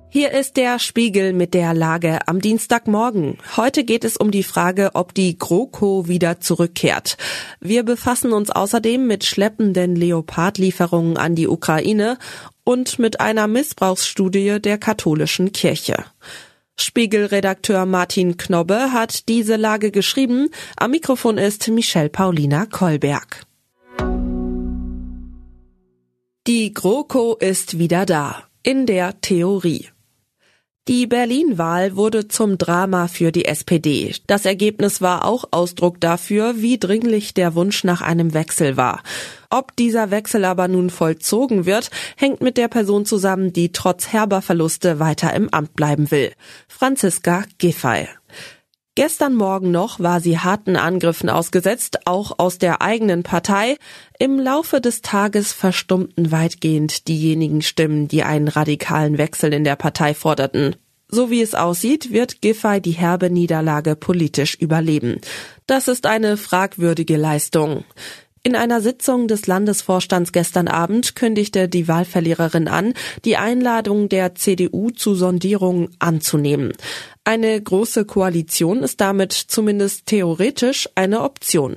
Hier ist der Spiegel mit der Lage am Dienstagmorgen. Heute geht es um die Frage, ob die GroKo wieder zurückkehrt. Wir befassen uns außerdem mit schleppenden Leopard-Lieferungen an die Ukraine und mit einer Missbrauchsstudie der katholischen Kirche. Spiegelredakteur Martin Knobbe hat diese Lage geschrieben. Am Mikrofon ist Michelle Paulina Kolberg. Die GroKo ist wieder da. In der Theorie. Die Berlin-Wahl wurde zum Drama für die SPD. Das Ergebnis war auch Ausdruck dafür, wie dringlich der Wunsch nach einem Wechsel war. Ob dieser Wechsel aber nun vollzogen wird, hängt mit der Person zusammen, die trotz herber Verluste weiter im Amt bleiben will. Franziska Giffey. Gestern Morgen noch war sie harten Angriffen ausgesetzt, auch aus der eigenen Partei. Im Laufe des Tages verstummten weitgehend diejenigen Stimmen, die einen radikalen Wechsel in der Partei forderten. So wie es aussieht, wird Giffey die herbe Niederlage politisch überleben. Das ist eine fragwürdige Leistung. In einer Sitzung des Landesvorstands gestern Abend kündigte die Wahlverliererin an, die Einladung der CDU zu Sondierungen anzunehmen. Eine große Koalition ist damit zumindest theoretisch eine Option.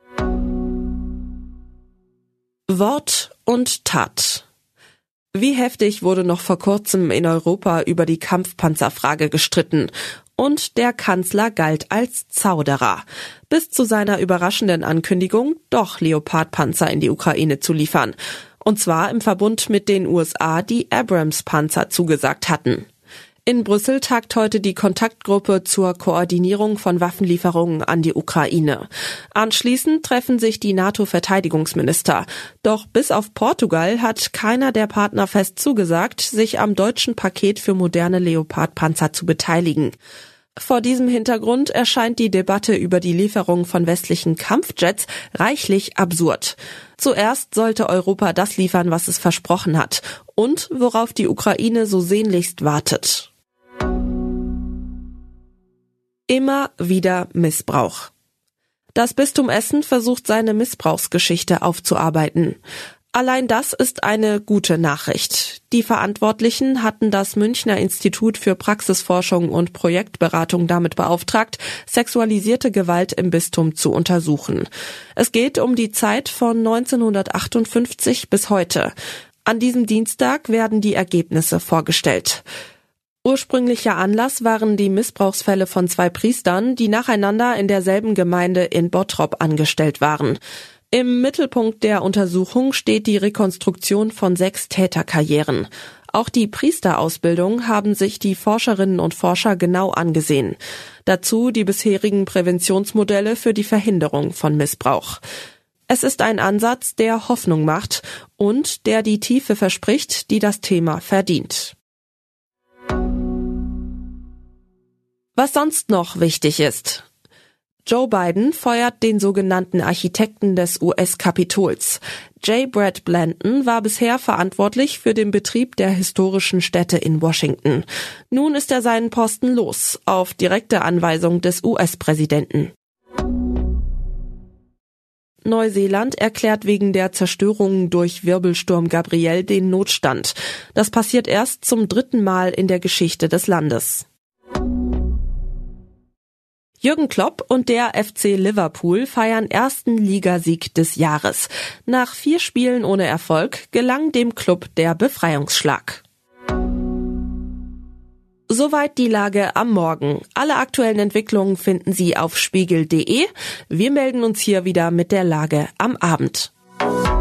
Wort und Tat. Wie heftig wurde noch vor kurzem in Europa über die Kampfpanzerfrage gestritten. Und der Kanzler galt als Zauderer, bis zu seiner überraschenden Ankündigung, doch Leopardpanzer in die Ukraine zu liefern. Und zwar im Verbund mit den USA, die Abrams-Panzer zugesagt hatten. In Brüssel tagt heute die Kontaktgruppe zur Koordinierung von Waffenlieferungen an die Ukraine. Anschließend treffen sich die NATO-Verteidigungsminister. Doch bis auf Portugal hat keiner der Partner fest zugesagt, sich am deutschen Paket für moderne Leopard-Panzer zu beteiligen. Vor diesem Hintergrund erscheint die Debatte über die Lieferung von westlichen Kampfjets reichlich absurd. Zuerst sollte Europa das liefern, was es versprochen hat und worauf die Ukraine so sehnlichst wartet. Immer wieder Missbrauch. Das Bistum Essen versucht, seine Missbrauchsgeschichte aufzuarbeiten. Allein das ist eine gute Nachricht. Die Verantwortlichen hatten das Münchner Institut für Praxisforschung und Projektberatung damit beauftragt, sexualisierte Gewalt im Bistum zu untersuchen. Es geht um die Zeit von 1958 bis heute. An diesem Dienstag werden die Ergebnisse vorgestellt. Ursprünglicher Anlass waren die Missbrauchsfälle von 2 Priestern, die nacheinander in derselben Gemeinde in Bottrop angestellt waren. Im Mittelpunkt der Untersuchung steht die Rekonstruktion von 6 Täterkarrieren. Auch die Priesterausbildung haben sich die Forscherinnen und Forscher genau angesehen. Dazu die bisherigen Präventionsmodelle für die Verhinderung von Missbrauch. Es ist ein Ansatz, der Hoffnung macht und der die Tiefe verspricht, die das Thema verdient. Was sonst noch wichtig ist. Joe Biden feuert den sogenannten Architekten des US-Kapitols. J. Brett Blanton war bisher verantwortlich für den Betrieb der historischen Stätte in Washington. Nun ist er seinen Posten los, auf direkte Anweisung des US-Präsidenten. Neuseeland erklärt wegen der Zerstörungen durch Wirbelsturm Gabrielle den Notstand. Das passiert erst zum 3. Mal in der Geschichte des Landes. Jürgen Klopp und der FC Liverpool feiern ersten Ligasieg des Jahres. Nach 4 Spielen ohne Erfolg gelang dem Klub der Befreiungsschlag. Soweit die Lage am Morgen. Alle aktuellen Entwicklungen finden Sie auf spiegel.de. Wir melden uns hier wieder mit der Lage am Abend.